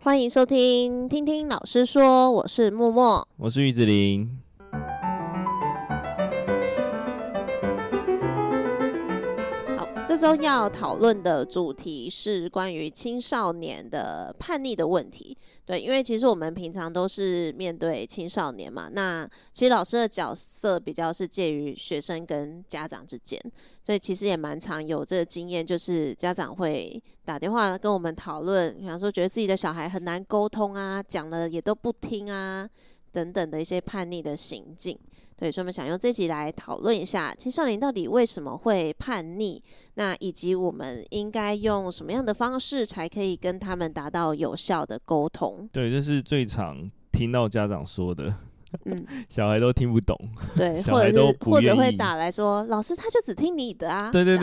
欢迎收听听听老师说，我是默默， 我是玉子林。 好，这周要讨论的主题是关于青少年的叛逆的问题。对，因为其实我们平常都是面对青少年嘛，那其实老师的角色比较是介于学生跟家长之间，所以其实也蛮常有这个经验，就是家长会打电话跟我们讨论，比方说觉得自己的小孩很难沟通啊，讲了也都不听啊，等等的一些叛逆的行径。对，所以我们想用这集来讨论一下青少年到底为什么会叛逆，那以及我们应该用什么样的方式才可以跟他们达到有效的沟通。 对，这是最常听到家长说的，小孩都听不懂， 对， 小孩都不愿意， 或者会打来说，老师他就只听你的啊。 对。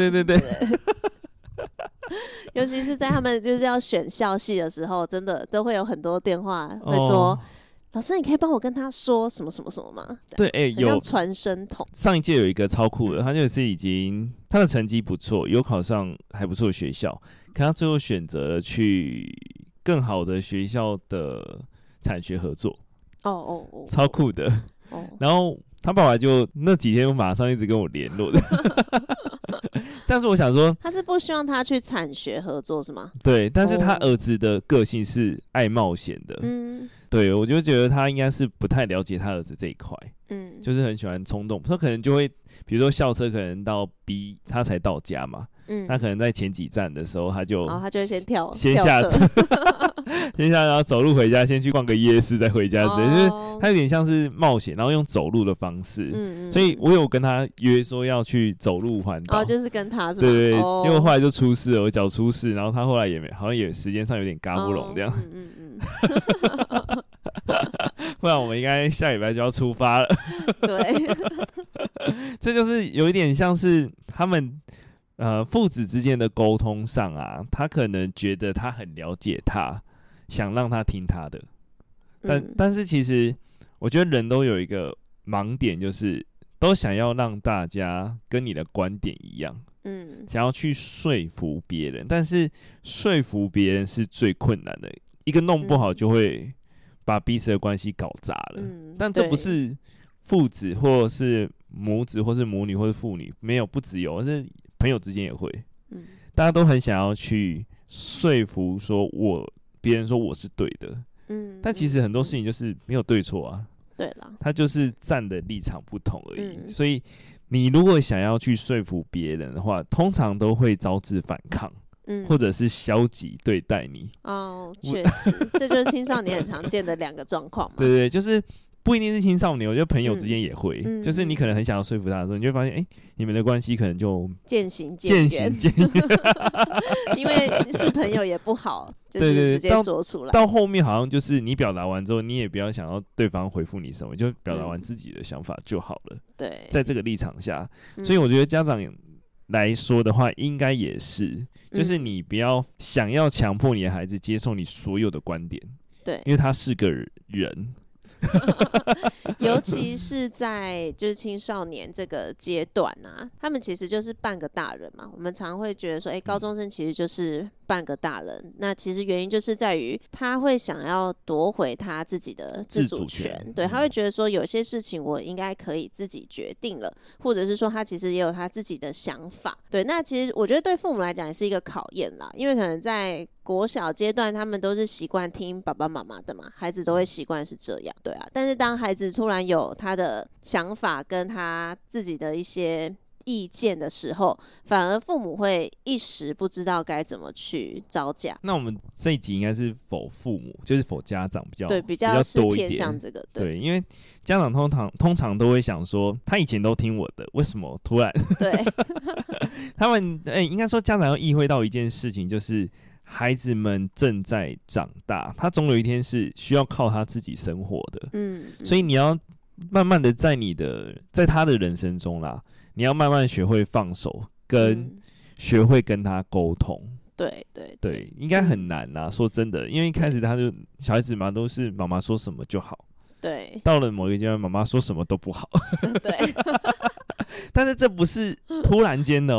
尤其是在他们就是要选校系的时候，真的都会有很多电话会说。老师，你可以帮我跟他说什么什么什么吗？ 对， 有像传声筒。 上一届有一个超酷的，他就是已经他的成绩不错，有考上还不错的学校，可他最后选择了去更好的学校的产学合作。超酷的。然后他爸爸就那几天马上一直跟我联络的。但是我想说， 他是不希望他去产学合作是吗？ 对，但是他儿子的个性是爱冒险的。对，我就觉得他应该是不太了解他儿子这一块，就是很喜欢冲动，他可能就会，比如说校车可能到 B， 他才到家嘛，他可能在前几站的时候，他就会先下车，先下，然后走路回家，先去逛个夜市，再回家之类，就是他有点像是冒险，然后用走路的方式，所以我有跟他约说要去走路环岛， 就是跟他是吧？ 对，结果后来就出事了，我脚出事，然后他后来也好像也时间上有点嘎不拢这样。不然我们应该下礼拜就要出发了。 对， 这就是有一点像是他们父子之间的沟通上啊，他可能觉得他很了解他，想让他听他的，但是其实我觉得人都有一个盲点，就是都想要让大家跟你的观点一样，想要去说服别人，但是说服别人是最困难的，一个弄不好就会把彼此的关系搞砸了。但这不是父子或是母子或是母女或是父女，没有，不只有，而是朋友之间也会，大家都很想要去说服说别人说我是对的，但其实很多事情就是没有对错啊，对啦，他就是站的立场不同而已，所以你如果想要去说服别人的话，通常都会招致反抗，或者是消极对待你。 确实，这就是青少年很常见的两个状况嘛。 对，就是不一定是青少年，我觉得朋友之间也会，就是你可能很想要说服他的时候，你就会发现，你们的关系可能就渐行渐远，因为是朋友也不好，就是直接说出来。 到后面好像就是你表达完之后，你也不要想要对方回复你什么，就表达完自己的想法就好了。对，在这个立场下，所以我觉得家长来说的话，应该也是，就是你不要想要强迫你的孩子接受你所有的观点，对，因为他是个人。 尤其是在就是青少年这个阶段啊，他们其实就是半个大人嘛。我们常会觉得说，高中生其实就是半个大人。那其实原因就是在于他会想要夺回他自己的自主权，对，他会觉得说有些事情我应该可以自己决定了，或者是说他其实也有他自己的想法。对，那其实我觉得对父母来讲也是一个考验啦，因为可能在国小阶段他们都是习惯听爸爸妈妈的嘛，孩子都会习惯是这样，对啊。但是当孩子突然有他的想法跟他自己的一些意见的时候，反而父母会一时不知道该怎么去招架。 那我们这一集应该是否父母，就是否家长比较是多一点， 偏向这个，对， 因为家长通常都会想说，他以前都听我的，为什么突然？对，他们应该说家长要意会到一件事情，就是孩子们正在长大，他总有一天是需要靠他自己生活的。所以你要慢慢的在他的人生中啦，你要慢慢学会放手，跟学会跟他沟通。对，应该很难啦，说真的，因为一开始小孩子嘛，都是妈妈说什么就好。对，到了某一个阶段，妈妈说什么都不好。对，但是这不是突然间的哦。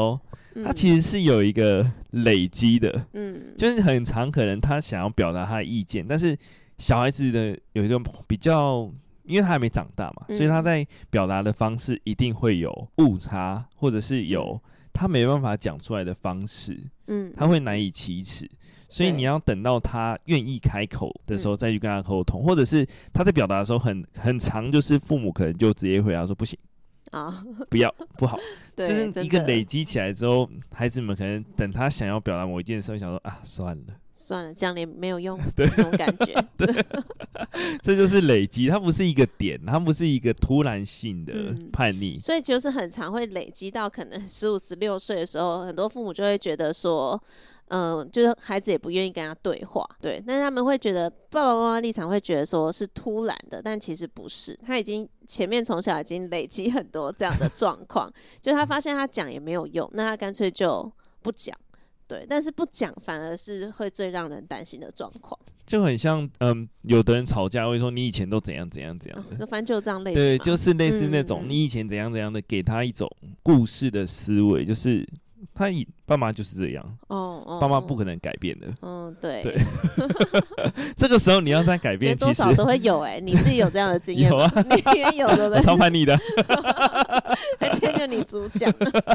它其实是有一个累积的， 嗯， 就是很常可能他想要表达他的意见，但是小孩子的有一个比较，因为他还没长大嘛，所以他在表达的方式一定会有误差，或者是有他没办法讲出来的方式，他会难以启齿。所以你要等到他愿意开口的时候再去跟他沟通，或者是他在表达的时候很常，就是父母可能就直接回答说不行啊，不要，不好，就是一个累积起来之后，孩子们可能等他想要表达某一件事，想说啊，算了， 这样也没有用，那种感觉。 对，这就是累积，它不是一个点，它不是一个突然性的叛逆， 所以就是很常会累积到可能15、16岁的时候，很多父母就会觉得说。就是孩子也不愿意跟他对话，对，但是他们会觉得爸爸妈妈立场会觉得说是突然的，但其实不是，他已经前面从小已经累积很多这样的状况，就他发现他讲也没有用，那他干脆就不讲，对，但是不讲反而是会最让人担心的状况。 就很像有的人吵架会说你以前都怎样怎样怎样的， 反正就这样类型， 对，就是类似那种你以前怎样怎样的，给他一种故事的思维，就是他爸妈就是这样，爸妈不可能改变的。 对。 这个时候你要再改变， 多少都会有你自己有这样的经验吗？有啊，你也有对不对？ 我超叛逆的， 今天就你主讲。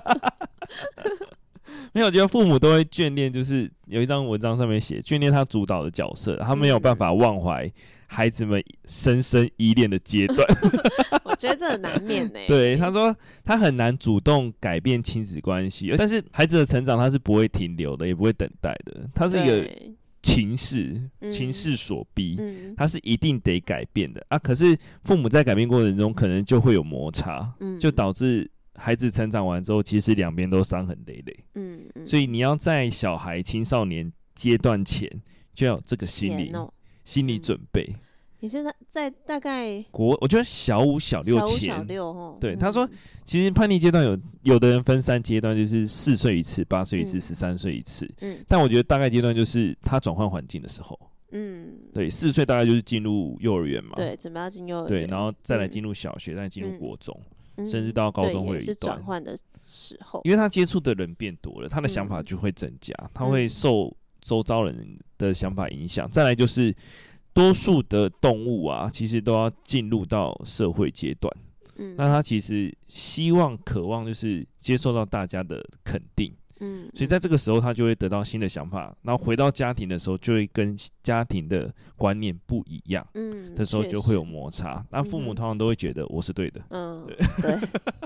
没有，我觉得父母都会眷恋，就是有一张文章上面写眷恋他主导的角色，他没有办法忘怀孩子们深深依恋的阶段。 我觉得这很难免对，他说他很难主动改变亲子关系，但是孩子的成长他是不会停留的，也不会等待的，他是一个情势所逼，他是一定得改变的啊。可是父母在改变过程中，可能就会有摩擦，就导致孩子成长完之后，其实两边都伤痕累累。所以你要在小孩青少年阶段前就要有这个心理准备。 你是在大概我觉得小5、小6前， 小6 对，他说其实叛逆阶段有的人分3阶段，就是4岁一次、8岁一次、13岁一次。但我觉得大概阶段就是他转换环境的时候。对，4岁大概就是进入幼儿园嘛， 对，准备要进幼儿园， 对，然后再来进入小学，再进入国中。甚至到高中会有一段， 是转换的时候， 因为他接触的人变多了，他的想法就会增加，他会受周遭人的想法影响。再来就是多数的动物啊，其实都要进入到社会阶段，那他其实渴望就是接受到大家的肯定。所以在这个时候他就会得到新的想法，然后回到家庭的时候就会跟家庭的观念不一样，的时候就会有摩擦。那父母通常都会觉得我是对的， 对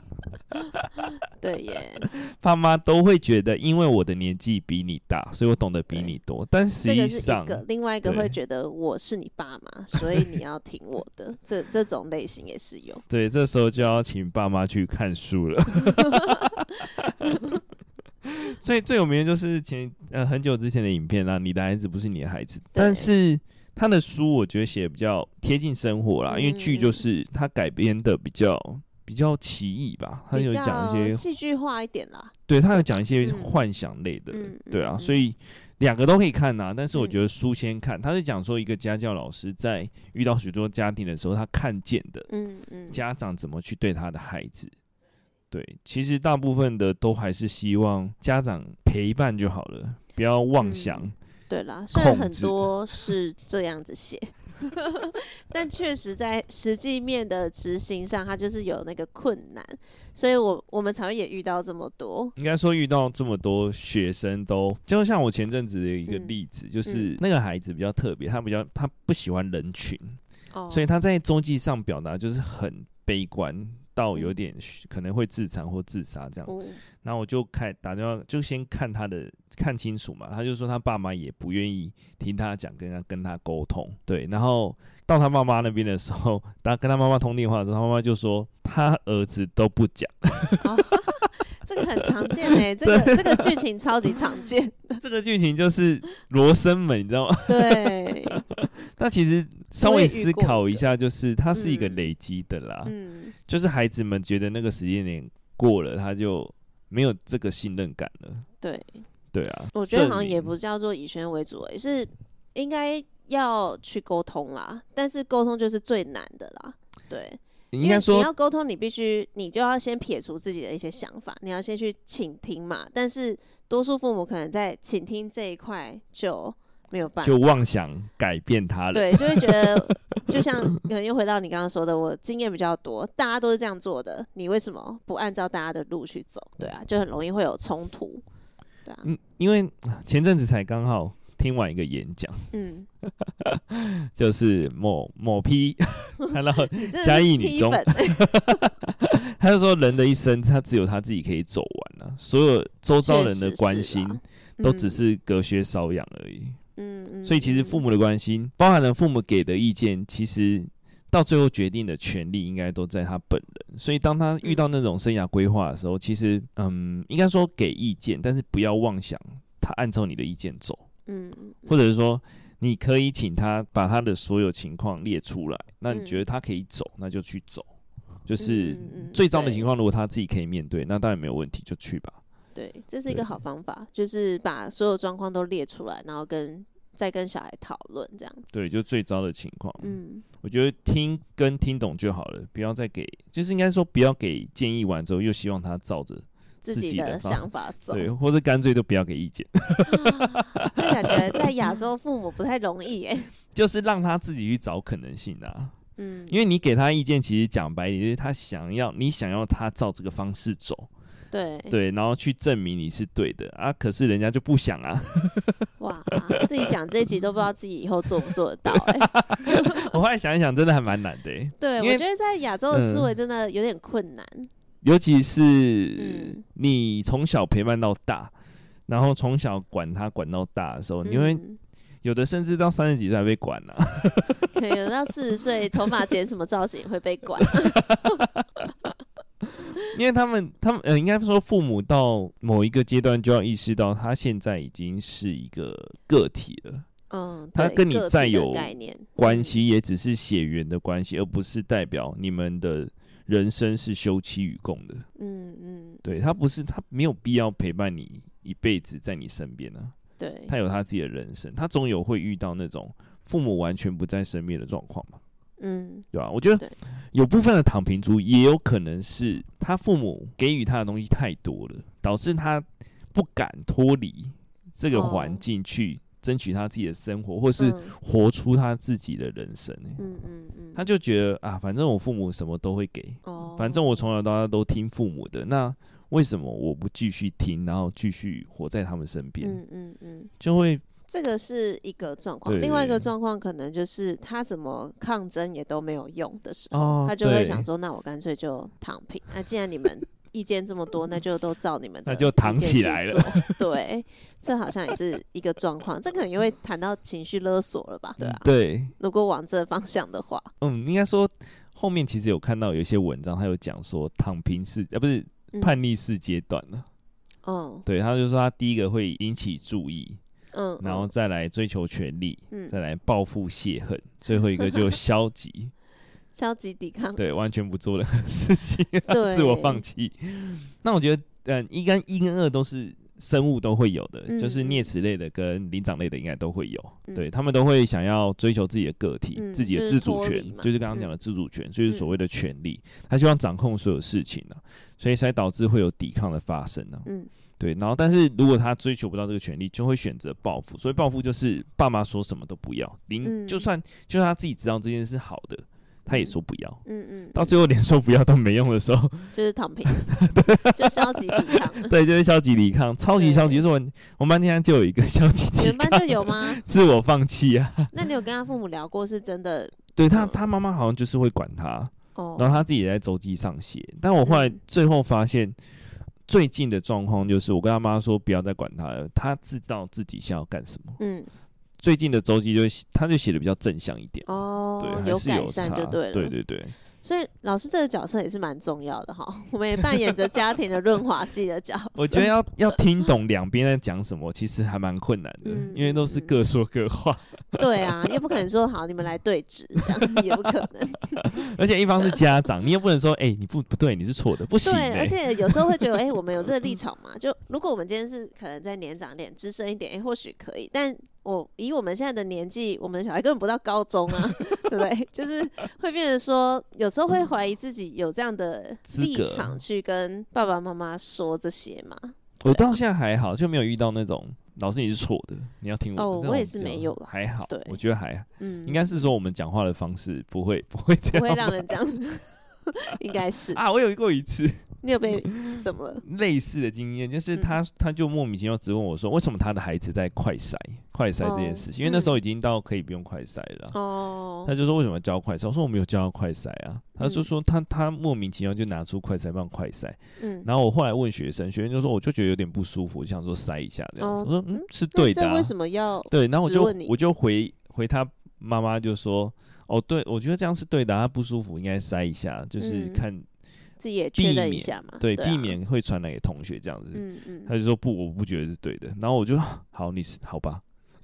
对耶， 爸妈都会觉得因为我的年纪比你大，所以我懂得比你多，但实际上这个是另外一个会觉得我是你爸妈，所以你要听我的，这种类型也是有。 对，这时候就要请爸妈去看书了。所以最有名的就是很久之前的影片啊，你的孩子不是你的孩子，但是他的书我觉得写得比较贴近生活啦，因为剧就是他改编的比较奇异吧，他有讲一些戏剧化一点啦， 对，他有讲一些幻想类的，对啊，所以两个都可以看啊，但是我觉得书先看，他是讲说一个家教老师在遇到许多家庭的时候，他看见的家长怎么去对他的孩子。对，其实大部分的都还是希望家长陪伴就好了，不要妄想。 对啦，虽然很多是这样子写，但确实在实际面的执行上，它就是有那个困难，所以我们才会也遇到这么多。应该说遇到这么多学生都，就像我前阵子的一个例子，就是那个孩子比较特别，他不喜欢人群，所以他在周记上表达就是很悲观。到有点可能会自残或自杀这样，然后我就打电话，就先看清楚嘛。他就说他爸妈也不愿意听他讲，跟他沟通。对，然后到他妈妈那边的时候，跟他妈妈通电话的时候，他妈妈就说他儿子都不讲。 这个很常见欸，这个剧情超级常见。 这个剧情就是罗生门，你知道吗？ 对。 那其实稍微思考一下，就是它是一个累积的啦。就是孩子们觉得那个时间点过了，他就没有这个信任感了。对啊。 我觉得好像也不叫做以宣为主，是应该要去沟通啦。但是沟通就是最难的啦。对。 应该说你要沟通，你就要先撇除自己的一些想法，你要先去倾听嘛。但是多数父母可能在倾听这一块就没有办法， 就妄想改变他人， 对，就会觉得就像可能又回到你刚刚说的，我经验比较多，大家都是这样做的，你为什么不按照大家的路去走？对啊，就很容易会有冲突。对啊， 因为前阵子才刚好听完一个演讲，就是某批看到嘉义女中，他就说人的一生他只有他自己可以走完啊，所有周遭人的关心都只是隔靴搔痒而已。所以其实父母的关心，包含了父母给的意见，其实到最后决定的权利应该都在他本人。所以当他遇到那种生涯规划的时候，其实应该说给意见，但是不要妄想他按照你的意见走。或者是说你可以请他把他的所有情况列出来，那你觉得他可以走，那就去走。就是最糟的情况，如果他自己可以面对，那当然没有问题，就去吧。对， 这是一个好方法，就是把所有状况都列出来，然后再跟小孩讨论这样子。 对，就最糟的情况。我觉得听懂就好了，不要再给，就是应该说不要给建议完之后又希望他照着自己的想法走， 对，或者干脆都不要给意见。 这感觉在亚洲父母不太容易耶。 就是让他自己去找可能性啊。因为你给他意见，其实讲白一点，就是你想要他照这个方式走。对，然后去证明你是对的啊，可是人家就不想啊。 哇，自己讲这一集都不知道自己以后做不做得到我后来想一想，真的还蛮难的。 对，我觉得在亚洲的思维真的有点困难。 尤其是你从小陪伴到大，然后从小管他管到大的时候，你会有的甚至到30几岁还被管啊。 可能有到40岁头发剪什么造型会被管。 因为他们应该说父母到某一个阶段就要意识到，他现在已经是一个个体了。他跟你再有关系，也只是血缘的关系，而不是代表你们的人生是休戚与共的。对，他没有必要陪伴你一辈子在你身边啊。对，他有他自己的人生，他总有会遇到那种父母完全不在身边的状况嘛。对吧？我觉得有部分的躺平族也有可能是他父母给予他的东西太多了，导致他不敢脱离这个环境去争取他自己的生活，或是活出他自己的人生。他就觉得啊，反正我父母什么都会给，反正我从小到大都听父母的，那为什么我不继续听，然后继续活在他们身边？就会。 这个是一个状况，另外一个状况可能就是他怎么抗争也都没有用的时候，他就会想说，那我干脆就躺平。那既然你们意见这么多，那就都照你们的， 那就躺起来了。 对，这好像也是一个状况，这可能也会谈到情绪勒索了吧？对啊， 对， 如果往这方向的话， 应该说后面其实有看到有一些文章，他有讲说躺平是不是叛逆式阶段了。对，他就说他第一个会引起注意。然后再来追求权力，再来报复泄恨，最后一个就消极抵抗，对，完全不做任何事情，自我放弃。那我觉得，一跟2都是生物都会有的，就是啮齿类的跟灵长类的应该都会有，对，他们都会想要追求自己的个体，自己的自主权，就是刚刚讲的自主权，就是所谓的权利，他希望掌控所有事情所以才导致会有抵抗的发生对，然后但是如果他追求不到这个权利，就会选择报复。所以报复就是爸妈说什么都不要，就算他自己知道这件事好的，他也说不要。到最后连说不要都没用的时候， 就是躺平，就消极抵抗。 对，就是消极抵抗，超级消极。就是我们班现在就有一个消极抵抗， 你们班就有吗？ 自我放弃啊。 那你有跟他父母聊过？是真的？ 对他妈妈好像就是会管他，然后他自己也在周记上写。但我后来最后发现。最近的状况就是，我跟他妈说不要再管他了，他知道自己想要干什么。最近的周记他就写的比较正向一点。对，还是有改善就对了。对。 所以老师这个角色也是蛮重要的哈，我们也扮演着家庭的润滑剂的角色。 我觉得要听懂两边在讲什么，其实还蛮困难的，因为都是各说各话。 对啊，又不可能说好你们来对质，这样也不可能。 而且一方是家长，你也不能说你不对，你是错的，不行。 对，而且有时候会觉得我们有这个立场嘛，就如果我们今天是可能再年长一点、资深一点，或许可以，但以我们现在的年纪，我们的小孩根本不到高中啊， 对不对？就是会变成说，有时候会怀疑自己有这样的立场去跟爸爸妈妈说这些嘛。 我到现在还好，就没有遇到那种老师你是错的，你要听我的。 哦，我也是没有啦， 还好， 对， 我觉得还好，应该是说我们讲话的方式不会这样， 不会让人这样，应该是啊。我有过一次， 你有被怎么了？ 类似的经验，就是他就莫名其妙质问我说，为什么他的孩子在快筛这件事情？因为那时候已经到可以不用快筛了。哦，他就说为什么教快筛？我说我没有教他快筛啊。他就说他莫名其妙就拿出快筛棒快筛。然后我后来问学生就说我就觉得有点不舒服，就想说塞一下这样子。我说是对的。 这为什么要对？然后我就回他妈妈就说哦对，我觉得这样是对的，他不舒服应该塞一下，就是看。 自己也确认一下嘛， 对，避免会传染给同学这样子。他就说不，我不觉得是对的。然后我就好，你是好吧，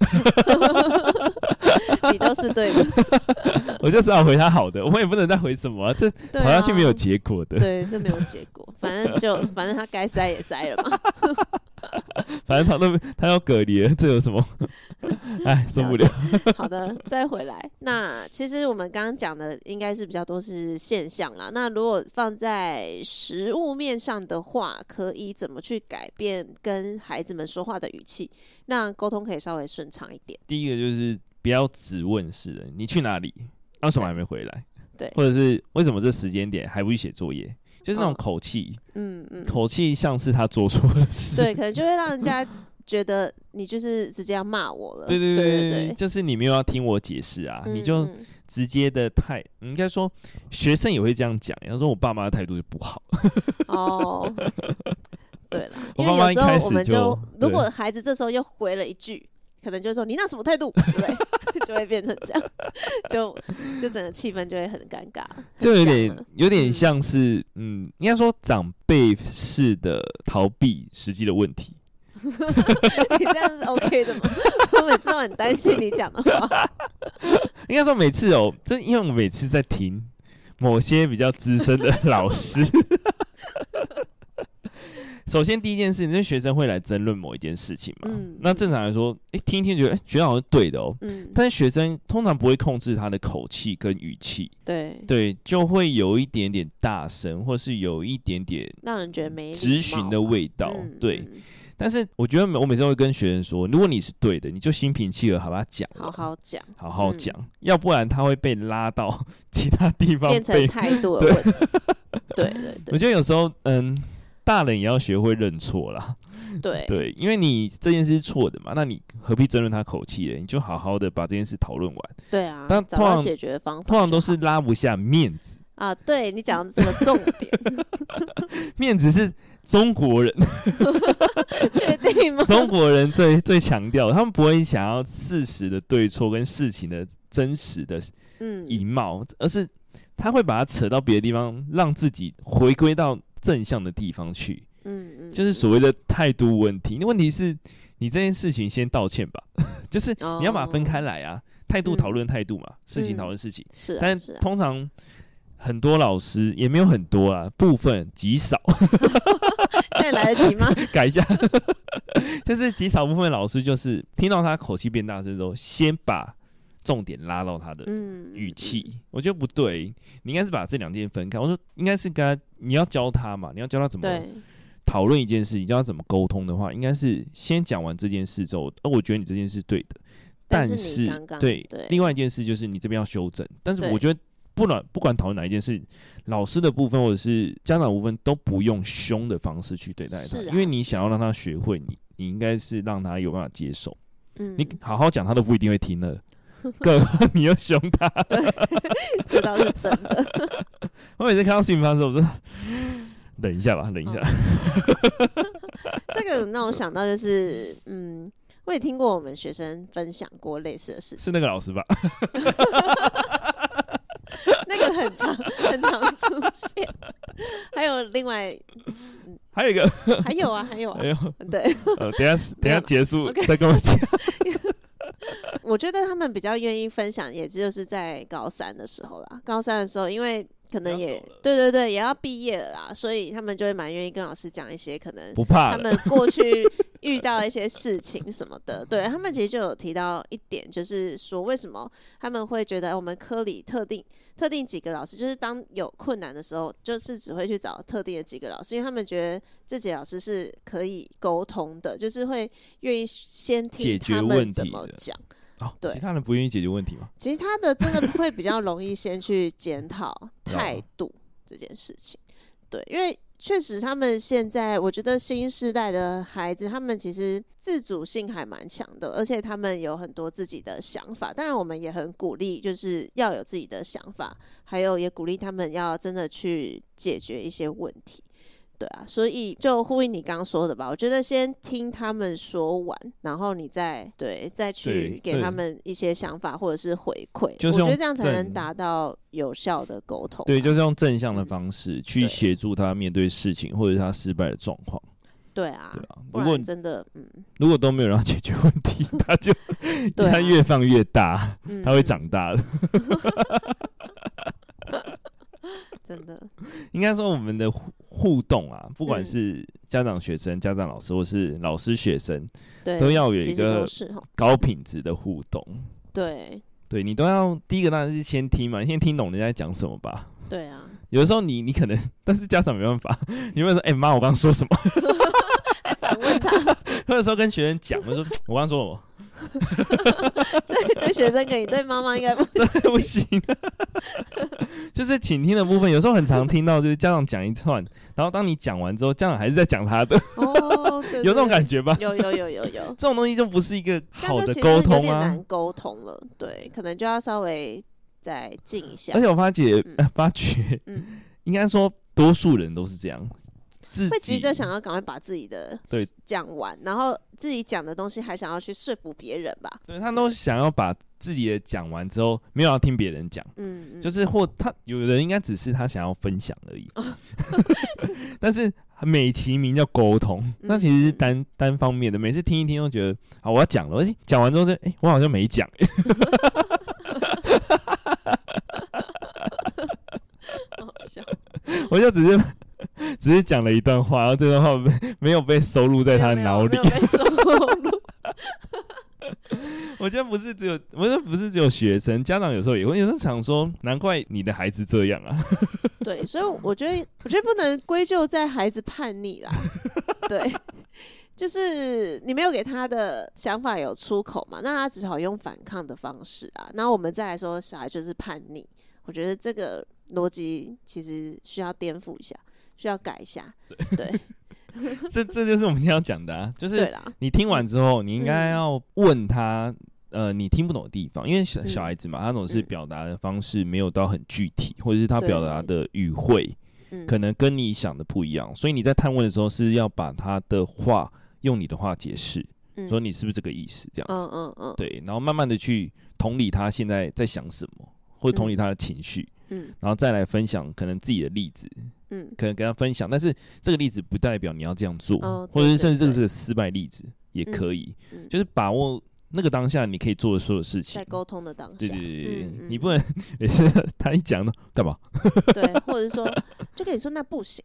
你都是对的。 我就只好回他好的，我也不能再回什么这吵下去没有结果的。 对，这没有结果，反正他该塞也塞了嘛。 反正他要隔离了，这有什么？哎，受不了。 好的，再回来。那其实我们刚刚讲的应该是比较多是现象啦。那如果放在实物面上的话，可以怎么去改变跟孩子们说话的语气，让沟通可以稍微顺畅一点？ 第一个就是不要只问式的，你去哪里？为什么还没回来？ 对， 或者是为什么这时间点还不去写作业？就是那种口气，口气像是他做错了事，对， 可能就会让人家觉得你就是直接要骂我了， 对，就是你没有要听我解释啊，你就直接的应该说学生也会这样讲，他说我爸妈的态度就不好， 哦，对了，因为有时候我们就如果孩子这时候又回了一句，可能就说你那什么态度，对不对？就会变成这样，就整个气氛就会很尴尬， 就有点像是应该说长辈式的逃避实际的问题。 你这样是 OK 的吗？我每次都很担心你讲的话。 应该说每次因为我每次在听某些比较资深的老师。首先第一件事情，就是学生会来争论某一件事情嘛。那正常来说，听一听觉得学长好像是对的但是学生通常不会控制他的口气跟语气，对，就会有一点点大声，或是有一点点让人觉得没质询的味道，对。但是我觉得我每次都会跟学生说，如果你是对的，你就心平气和好把它讲， 好好讲，要不然他会被拉到其他地方， 变成态度的问题。对， 我觉得有时候大人也要学会认错啦。对，因为你这件事是错的嘛，那你何必争论他口气呢？你就好好的把这件事讨论完。 对啊， 但找到解决方法， 通常都是拉不下面子啊。对，你讲的这个重点， 面子是中国人， 确定吗？ 中国人最强调，他们不会想要事实的对错跟事情的真实的以貌，而是他会把它扯到别的地方，让自己回归到正向的地方去。就是所谓的态度问题。问题是你这件事情先道歉吧，就是你要把它分开来啊，态度讨论态度嘛，事情讨论事情。 是， 但是通常很多老师也没有很多啊，部分极少。 现在来得及吗？ 改一下，就是极少部分老师就是听到他口气变大声之后，先把重点拉到他的语气。我觉得不对，你应该是把这两件分开。我说应该是你要教他嘛，你要教他怎么讨论一件事情，教他怎么沟通的话，应该是先讲完这件事之后，我觉得你这件事对的，但是对另外一件事就是你这边要修正。但是我觉得不管讨论哪一件事，老师的部分或者是家长的部分都不用凶的方式去对待他，因为你想要让他学会，你应该是让他有办法接受。你好好讲，他都不一定会听了。更何况你又凶他， 对，这倒是真的。 我每次看到视频发的时候，我就忍一下吧，忍一下。 这个让我想到就是，我也听过我们学生分享过类似的事情。 是那个老师吧？ 那个很常出现。还有另外， 还有一个， 还有啊，对。 等一下结束再跟我讲。 我觉得他们比较愿意分享，也就是在高三的时候啦。高三的时候，因为可能也对，也要毕业了啦，所以他们就会蛮愿意跟老师讲一些可能不怕他们过去遇到一些事情什么的。对，他们其实就有提到一点，就是说为什么他们会觉得我们科里特定几个老师，就是当有困难的时候，就是只会去找特定的几个老师，因为他们觉得这几个老师是可以沟通的，就是会愿意先听他们怎么讲。对， 其他人不愿意解决问题吗？ 其实他的真的会比较容易先去检讨态度这件事情。对，因为确实他们现在我觉得新世代的孩子，他们其实自主性还蛮强的，而且他们有很多自己的想法。当然我们也很鼓励就是要有自己的想法，还有也鼓励他们要真的去解决一些问题。对啊，所以就呼应你刚刚说的吧，我觉得先听他们说完，然后你再去给他们一些想法或者是回馈， 就是我觉得这样才能达到有效的沟通。 对，就是用正向的方式去协助他面对事情或者是他失败的状况。 对啊， 如果真的， 如果都没有人要解决问题，他越放越大，他会长大的。 真的， 应该说我们的互动啊，不管是家长学生、家长老师，或是老师学生，都要有一个高品质的互动。对，你都要第一个当然是先听嘛，先听懂人家在讲什么吧。 对啊， 有的时候你可能，但是家长没办法，你会说：“妈，我刚刚说什么？” 反问他。 或者说跟学生讲，我说：“我刚刚说什么？” 所以对学生可以，对妈妈应该不行。就是倾听的部分，有时候很常听到，就是家长讲一串，然后当你讲完之后，家长还是在讲他的。 对， 有那种感觉吧？ 有。 这种东西就不是一个好的沟通啊， 有点难沟通了。对，可能就要稍微再静一下。 而且我发觉，应该说多数人都是这样。 会急着想要赶快把自己的讲完，然后自己讲的东西还想要去说服别人吧？ 对，他都想要把自己的讲完之后，没有要听别人讲，就是或他有人应该只是他想要分享而已，但是美其名叫沟通，那其实是单方面的。每次听一听都觉得，好，我要讲了，讲完之后我好像没讲， 好笑， 我就只是讲了一段话，然后这段话没有被收录在他脑里。 没有被收录。 我觉得不是只有学生，家长有时候也会，有时候常说，难怪你的孩子这样啊。 对，所以我觉得不能归咎在孩子叛逆啦。对，就是你没有给他的想法有出口嘛，那他只好用反抗的方式啊。然后我们再来说，小孩就是叛逆，我觉得这个逻辑其实需要颠覆一下。需要改一下，对， 这就是我们今天要讲的啊，就是你听完之后，你应该要问他，你听不懂的地方，因为小孩子嘛，他总是表达的方式没有到很具体，或者是他表达的语汇，可能跟你想的不一样，所以你在探问的时候是要把他的话用你的话解释，说你是不是这个意思，这样子，对，然后慢慢的去同理他现在在想什么，或者同理他的情绪，然后再来分享可能自己的例子。可能跟他分享，但是这个例子不代表你要这样做，或者是甚至这个是个失败例子也可以，就是把握那个当下你可以做的所有事情， 在沟通的当下， 对，你不能也是他一讲干嘛？ 对，或者是说就跟你说那不行，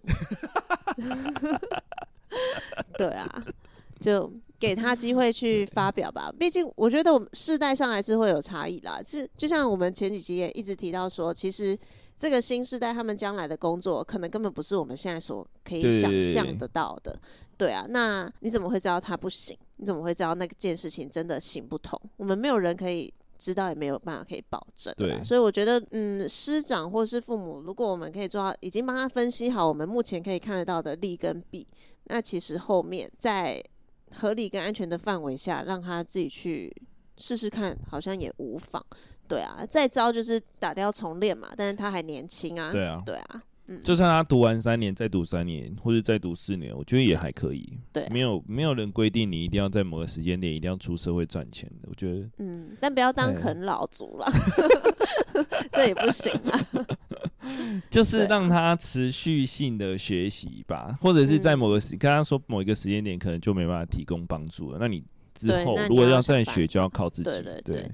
对啊，就给他机会去发表吧。毕竟我觉得我们世代上还是会有差异啦，就像我们前几集也一直提到说，其实。这个新世代他们将来的工作可能根本不是我们现在所可以想象得到的，对啊，那你怎么会知道他不行？你怎么会知道那件事情真的行不通？我们没有人可以知道，也没有办法可以保证，对，所以我觉得，师长或是父母，如果我们可以做到，已经帮他分析好我们目前可以看得到的利跟弊，那其实后面在合理跟安全的范围下，让他自己去试试看，好像也无妨。对啊，再招就是打掉重练嘛，但是他还年轻啊。对啊， 就算他读完3年，再读3年，或者再读4年，我觉得也还可以。对，没有人规定你一定要在某个时间点一定要出社会赚钱的，我觉得。 但不要当啃老族啦，这也不行啊。 就是让他持续性的学习吧，或者是在跟他说某一个时间点可能就没办法提供帮助了，那你之后如果要再学，就要靠自己。对。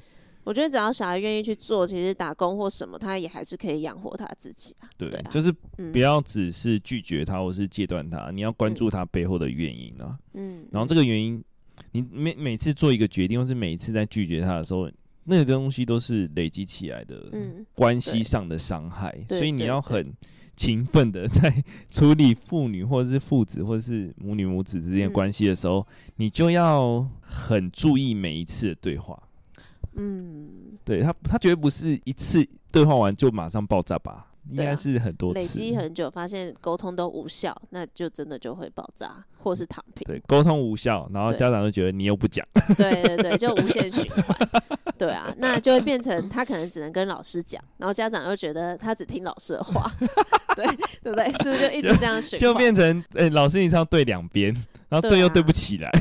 我觉得只要小孩愿意去做，其实打工或什么，他也还是可以养活他自己啊。 对， 啊、 就是不要只是拒绝他或是戒断他，你要关注他背后的原因啊。然后这个原因，你每次做一个决定，或是每一次在拒绝他的时候，那个东西都是累积起来的关系上的伤害，所以你要很勤奋的在处理父女或者是父子或者是母女母子之间的关系的时候，你就要很注意每一次的对话。对，他绝对不是一次对话完就马上爆炸吧，应该是很多次， 累积很久，发现沟通都无效，那就真的就会爆炸，或是躺平。 对，沟通无效，然后家长就觉得你又不讲， 对，就无限循环。对啊，那就会变成他可能只能跟老师讲，然后家长又觉得他只听老师的话，对不对？是不是就一直这样循环？就变成老师你这样对两边，然后对又对不起来。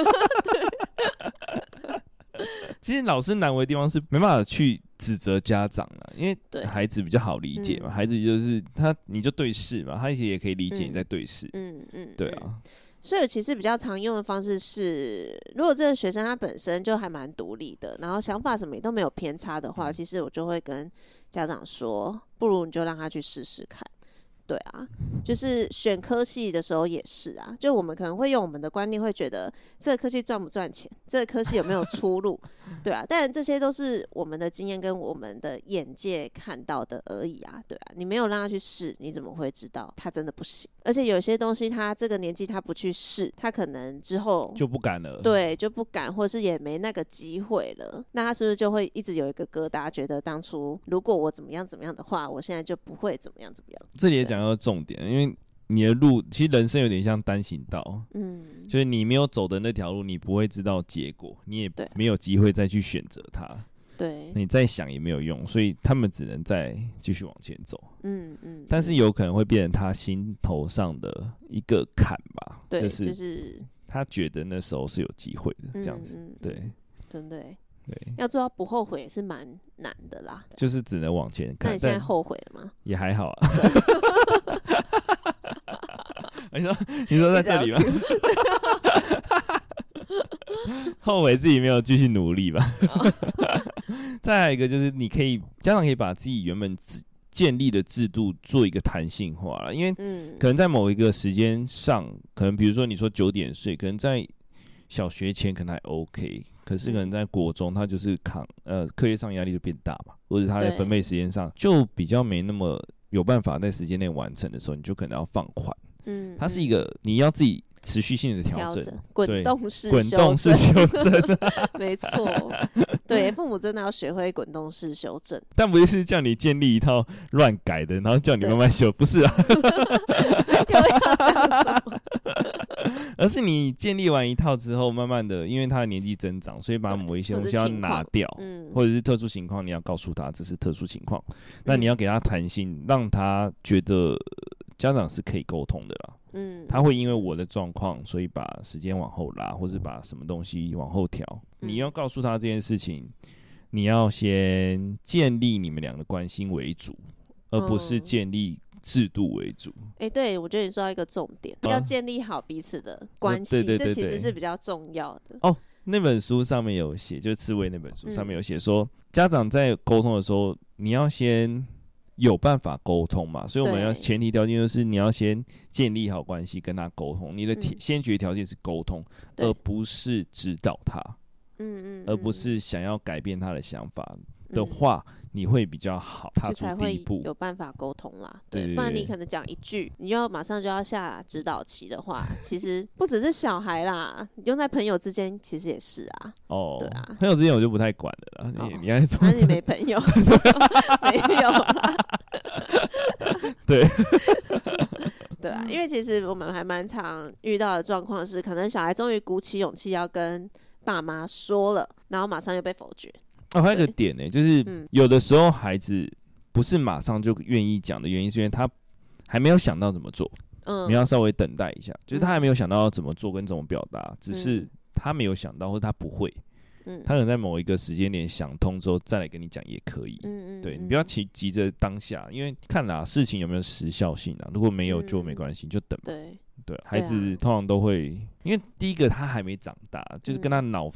其实老师难为的地方是没办法去指责家长啦，因为孩子比较好理解嘛，孩子就是你就对视嘛，他也可以理解你在对视。对啊。 所以其实比较常用的方式是，如果这个学生他本身就还蛮独立的，然后想法什么也都没有偏差的话，其实我就会跟家长说，不如你就让他去试试看。对啊，就是选科系的时候也是啊，就我们可能会用我们的观念，会觉得这个科系赚不赚钱，这个科系有没有出路，对啊，但这些都是我们的经验跟我们的眼界看到的而已啊，对啊，你没有让他去试，你怎么会知道他真的不行？而且有些东西他这个年纪他不去试，他可能之后就不敢了， 对，就不敢，或是也没那个机会了，那他是不是就会一直有一个疙瘩，觉得当初如果我怎么样怎么样的话，我现在就不会怎么样怎么样？ 这里也讲到重点，因为你的路其实人生有点像单行道，就是你没有走的那条路，你不会知道结果，你也没有机会再去选择它。对，你再想也没有用，所以他们只能再继续往前走。但是有可能会变成他心头上的一个坎吧。对，就是他觉得那时候是有机会的，这样子。对， 真的耶。对，要做到不后悔也是蛮难的啦。 就是只能往前看。 那你现在后悔了吗？ 也还好啊。你说在这里吗？后悔自己没有继续努力吧。再来一个就是家长可以把自己原本建立的制度做一个弹性化啦，因为可能在某一个时间上，可能比如说你说9点睡，可能在小学前可能还 OK， 可是可能在国中他就是课业上压力就变大嘛，或者他在分配时间上就比较没那么有办法在时间内完成的时候，你就可能要放宽。它是一个你要自己持续性的调整， 滚动式修正。 没错，对，父母真的要学会滚动式修正， 但不是叫你建立一套乱改的，然后叫你慢慢修，不是啊。 又要讲什么？ 而是你建立完一套之后，慢慢的，因为他的年纪增长，所以把某一些东西要拿掉，或者是特殊情况，你要告诉他这是特殊情况，那你要给他弹性，让他觉得家长是可以沟通的啦。他会因为我的状况，所以把时间往后拉，或是把什么东西往后调。你要告诉他这件事情，你要先建立你们俩的关系为主，而不是建立制度为主。 对，我觉得你说到一个重点，要建立好彼此的关系，这其实是比较重要的。 那本书上面有写，就是刺猬那本书上面有写说，家长在沟通的时候，你要先有办法沟通嘛，所以我们要前提条件就是你要先建立好关系，跟他沟通。你的先决条件是沟通，而不是指导他，而不是想要改变他的想法的话，你会比较好踏出第一步， 才会有办法沟通啦。对，不然你可能讲一句，你又马上就要下指导棋的话，其实不只是小孩啦，用在朋友之间其实也是啊。对啊， 朋友之间我就不太管了啦。你还反正你没朋友，没有啦。 对。 对啊，因为其实我们还蛮常遇到的状况是，可能小孩终于鼓起勇气要跟爸妈说了，然后马上又被否决。 还有一个点呢，就是有的时候孩子不是马上就愿意讲的原因，是因为他还没有想到怎么做。你要稍微等待一下，就是他还没有想到要怎么做跟怎么表达，只是他没有想到，或者他不会。他可能在某一个时间点想通之后再来跟你讲也可以。对，你不要急着当下，因为看啦事情有没有时效性啊，如果没有就没关系，就等。对，孩子通常都会，因为第一个他还没长大，就是跟他脑发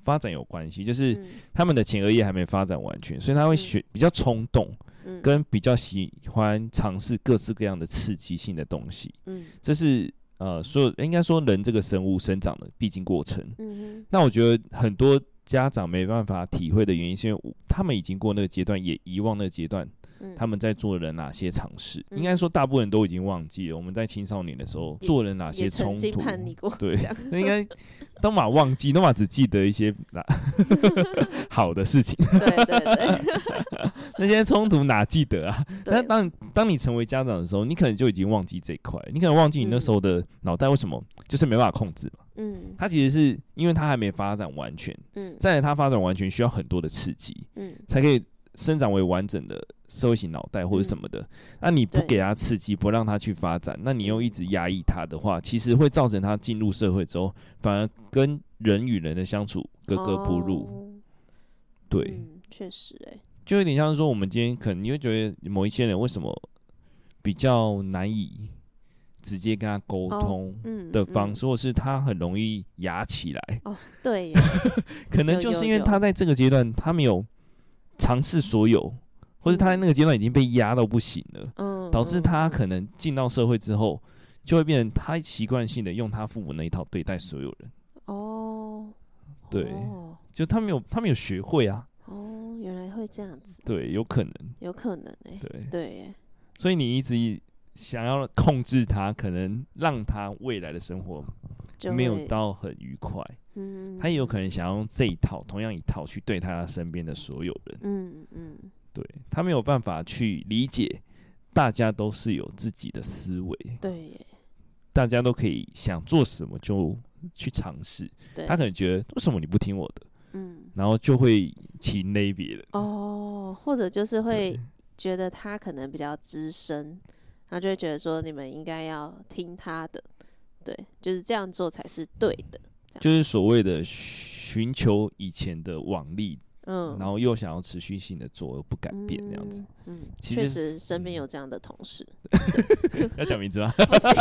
发展有关系，就是他们的前额叶还没发展完全，所以他会比较冲动，跟比较喜欢尝试各式各样的刺激性的东西。这是所有应该说人这个生物生长的必经过程。那我觉得很多家长没办法体会的原因，是因为他们已经过那个阶段，也遗忘那个阶段。他们在做了哪些尝试？应该说，大部分人都已经忘记了我们在青少年的时候做了哪些冲突。 叛逆过， 对，那应该都嘛忘记，都嘛只记得一些好的事情。 对， 那些冲突哪记得啊？但当你成为家长的时候，你可能就已经忘记这一块，你可能忘记你那时候的脑袋为什么就是没办法控制嘛。它其实是因为它还没发展完全，再来它发展完全需要很多的刺激，才可以生长为完整的社会型脑袋或者什么的。那你不给他刺激，不让他去发展，那你又一直压抑他的话，其实会造成他进入社会之后，反而跟人与人的相处格格不入。对， 确实就有点像是说，我们今天可能你会觉得某一些人为什么比较难以直接跟他沟通的方式，或是他很容易压起来。 对， 可能就是因为他在这个阶段他没有尝试所有，或是他在那个阶段已经被压到不行了，导致他可能进到社会之后，就会变成他习惯性的用他父母那一套对待所有人。对，就他没有学会啊。 原来会这样子。 对，有可能对， 所以你一直想要控制他，可能让他未来的生活没有到很愉快。他也有可能想要用这一套同样一套去对他身边的所有人。对，他没有办法去理解大家都是有自己的思维。 对， 大家都可以想做什么就去尝试。他可能觉得为什么你不听我的，然后就会气馁别人。 或者就是会觉得他可能比较资深，然后就会觉得说你们应该要听他的。对，就是这样做才是对的。 就是所谓的寻求以前的往例，然后又想要持续性的做而不改变这样子。 确实身边有这样的同事。 要讲名字吗？ 不行，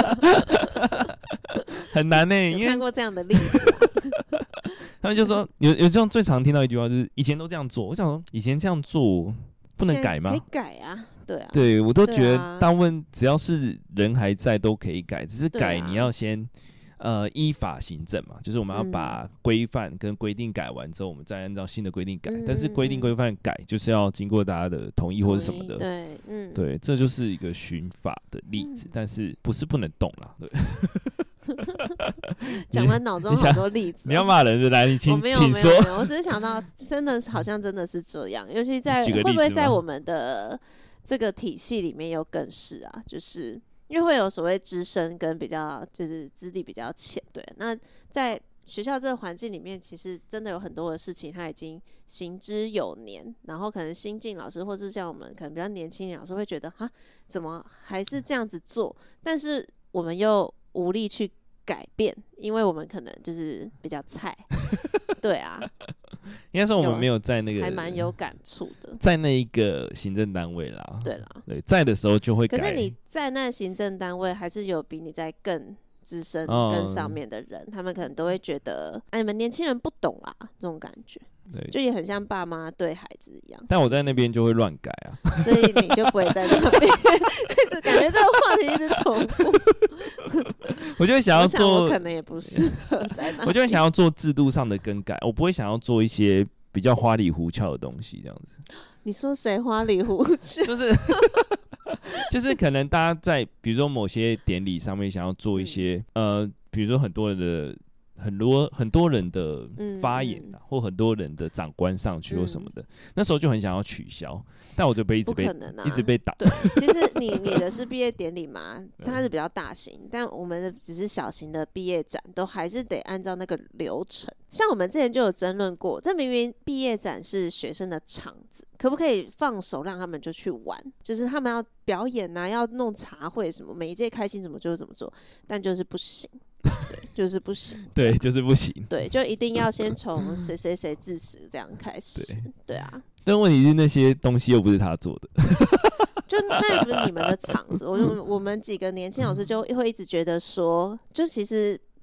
很难因为看过这样的例子。 他们就说有这种最常听到一句话，就是以前都这样做。我想说，以前这样做不能改吗？ 可以改啊，对啊。 对，我都觉得大部分只要是人还在都可以改，只是改你要先依法行政嘛，就是我们要把规范跟规定改完之后，我们再按照新的规定改。但是规定规范改就是要经过大家的同意或者什么的。对，这就是一个循法的例子，但是不是不能动啦。对。 讲完脑中好多例子。 你要骂人的来，你请说。 我只是想到，真的好像真的是这样，尤其在会不会在我们的这个体系里面又更是啊，就是因为会有所谓资深跟比较就是资历比较浅。对，那在学校这个环境里面，其实真的有很多的事情他已经行之有年，然后可能新进老师或是像我们可能比较年轻的老师会觉得怎么还是这样子做，但是我们又无力去改变，因为我们可能就是比较菜。对啊， 应该说我们没有在那个还蛮有感触的， 在那一个行政单位啦。 对啦， 对，在的时候就会改。 可是你在那行政单位还是有比你在更资深、更上面的人，他们可能都会觉得你们年轻人不懂啊，这种感觉。对，就也很像爸妈对孩子一样。 但我在那边就会乱改啊， 所以你就不会在那边，就感觉这个话题一直重复。 我就会想要做， 我可能也不适合在那。 我就会想要做制度上的更改，我不会想要做一些比较花里胡哨的东西，这样子。 你说谁花里胡哨？ 就是可能大家在比如说某些典礼上面想要做一些比如说很多人的发言或很多人的长官上去或什么的，那时候就很想要取消，但我就一直被打。 对，其实你的是毕业典礼嘛，它是比较大型，但我们的只是小型的毕业展，都还是得按照那个流程。像我们之前就有争论过，这明明毕业展是学生的场子，可不可以放手让他们就去玩？就是他们要表演啊，要弄茶会什么，每一届开心怎么就怎么做，但就是不行。对，就是不行。 对，就是不行。 对，就一定要先从谁谁谁致辞这样开始。对啊。 但问题是那些东西又不是他做的， 就那也不是你们的场子。我们几个年轻老师就会一直觉得说，就其实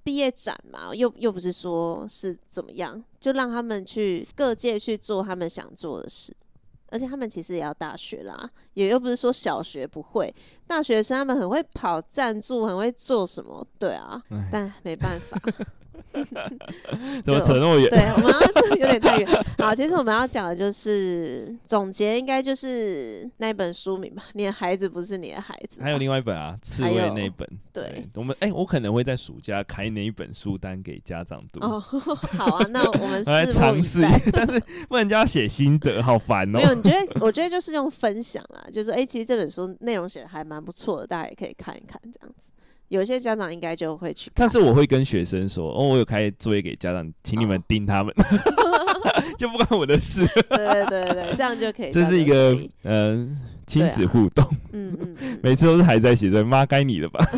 毕业展嘛，又不是说是怎么样，就让他们去各界去做他们想做的事。而且他们其实也要大学啦，也又不是说小学不会，大学生他们很会跑赞助，很会做什么，对啊，但没办法。 怎么扯那么远？ 对，我们要有点太远。好，其实我们要讲的就是总结，应该就是那一本书名吧。你的孩子不是你的孩子。 还有另外一本啊，刺猬那一本。 对， 我可能会在暑假开那一本书单给家长读。 哦，好啊，那我们来尝试，但是不能叫他写心得，好烦哦。 没有，我觉得就是用分享啦，就是其实这本书内容写的还蛮不错的，大家也可以看一看这样子。有些家长应该就会去看， 但是我会跟学生说，我有开作业给家长，请你们盯他们，就不关我的事。 对，这样就可以。 这是一个亲子互动，每次都是孩子在写作业，妈该你了吧？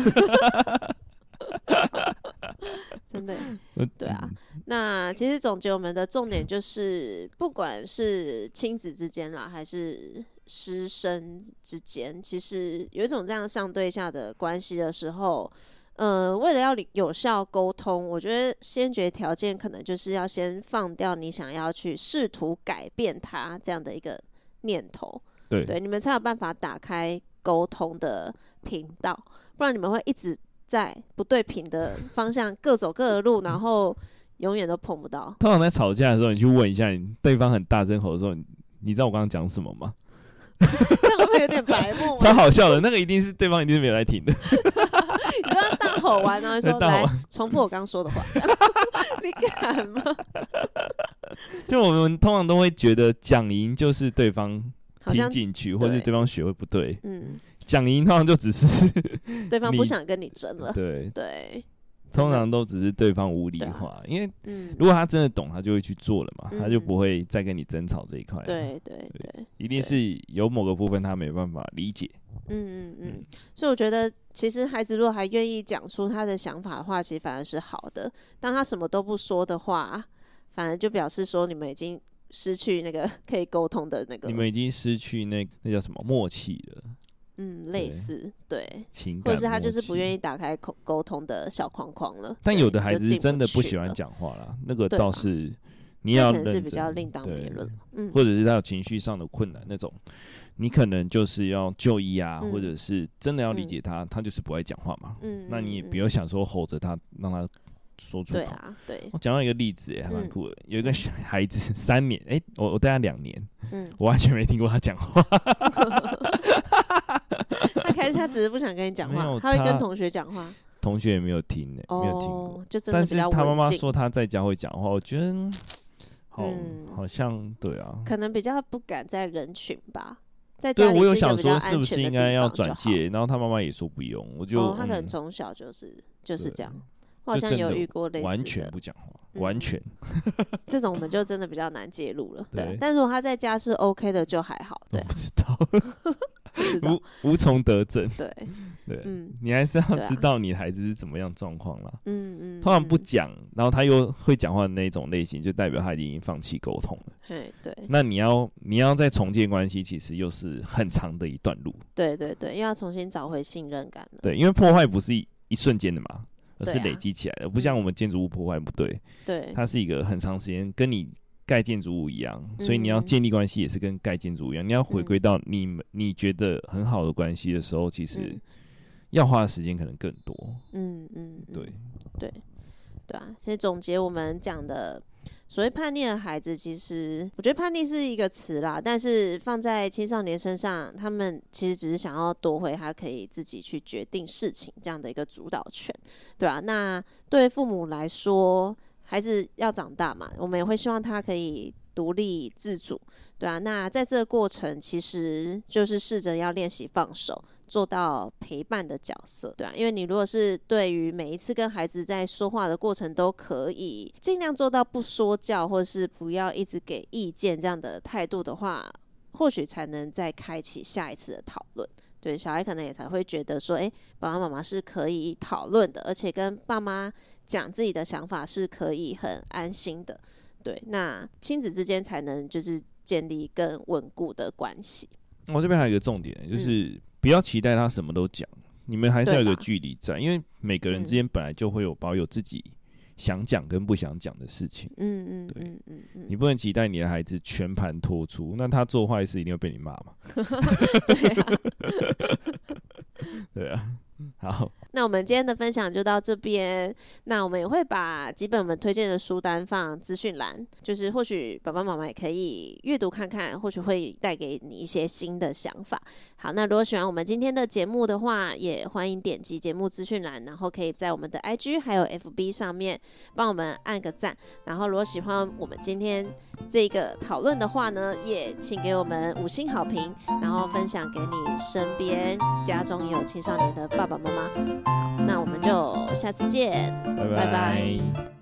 真的，对啊。那其实总结我们的重点就是，不管是亲子之间啦，还是师生之间，其实有一种这样上对下的关系的时候，为了要有效沟通，我觉得先决条件可能就是要先放掉你想要去试图改变他这样的一个念头，对，你们才有办法打开沟通的频道，不然你们会一直在不对频的方向各走各的路，然后永远都碰不到。 通常在吵架的时候，你去问一下对方很大声吼的时候，你知道我刚刚讲什么吗？ 这样会不会有点白目？ 超好笑的，那个对方一定是没有在听的。 你跟他大吼完，然后说来重复我刚刚说的话，你敢吗？ 就我们通常都会觉得讲赢就是对方听进去，或是对方学会不对。讲赢通常就只是对方不想跟你争了。 对， 通常都只是对方无理化，因为如果他真的懂，他就会去做了嘛，他就不会再跟你争吵这一块。 对， 一定是有某个部分他没办法理解。 所以我觉得，其实孩子如果还愿意讲出他的想法的话，其实反而是好的。当他什么都不说的话，反而就表示说你们已经失去那个可以沟通的那个， 你们已经失去那叫什么默契了。 类似对， 情感或者是他就是不愿意打开沟通的小框框了。 但有的孩子是真的不喜欢讲话啦，那个倒是你要认真， 可能是比较另当别论。 或者是他有情绪上的困难那种，你可能就是要就医啊，或者是真的要理解他，他就是不爱讲话嘛。那你也不要想说吼着他让他说出口。 对。 我讲到一个例子还蛮酷的，有一个孩子3年，我带他2年，我完全没听过他讲话。 他只是不想跟你讲话，他会跟同学讲话， 同学也没有听没有听过， 就真的比较文静。 但是他妈妈说他在家会讲话，我觉得好像对啊， 可能比较不敢在人群吧。在家里是一个比较安全的地方就好。对，我有想说是不是应该要转介，然后他妈妈也说不用，我就他可能从小就是这样。我好像有遇过类似的， 完全不讲话，完全。 这种我们就真的比较难介入了。对，但如果他在家是 OK 的就还好。对， 我不知道，无从得证。 对， 你还是要知道你的孩子是怎么样状况啦。通常不讲，然后他又会讲话的那种类型，就代表他已经放弃沟通了。 对。 那你要再重建关系，其实又是很长的一段路。 对，又要重新找回信任感了。 对，因为破坏不是一瞬间的嘛。而是累积起来的，不像我们建筑物破坏不对，它是一个很长时间，跟你盖建筑物一样，所以你要建立关系也是跟盖建筑物一样，你要回归到你觉得很好的关系的时候，其实要花的时间可能更多。 对啊，所以总结我们讲的。所谓叛逆的孩子，其实我觉得叛逆是一个词啦，但是放在青少年身上，他们其实只是想要夺回他可以自己去决定事情这样的一个主导权，对啊，那对父母来说，孩子要长大嘛，我们也会希望他可以独立自主，对啊，那在这个过程，其实就是试着要练习放手，做到陪伴的角色，对啊，因为你如果是对于每一次跟孩子在说话的过程都可以尽量做到不说教，或是不要一直给意见这样的态度的话，或许才能再开启下一次的讨论。对，小孩可能也才会觉得说，爸爸妈妈是可以讨论的，而且跟爸妈讲自己的想法是可以很安心的。对，那亲子之间才能就是建立更稳固的关系。 我这边还有一个重点，就是不要期待他什么都讲， 你们还是要有一个对吧距离在，因为每个人之间本来就会有保有自己想讲跟不想讲的事情。对，你不能期待你的孩子全盘托出，那他做坏事一定会被你骂嘛。 对啊。 对啊，好， 那我们今天的分享就到这边。那我们也会把几本我们推荐的书单放资讯栏，就是或许爸爸妈妈也可以阅读看看，或许会带给你一些新的想法。好，那如果喜欢我们今天的节目的话，也欢迎点击节目资讯栏，然后可以在我们的 IG 还有 FB 上面帮我们按个赞。然后如果喜欢我们今天这个讨论的话呢，也请给我们5星好评，然后分享给你身边家中也有青少年的爸爸妈妈。好，那我们就下次见， 拜拜拜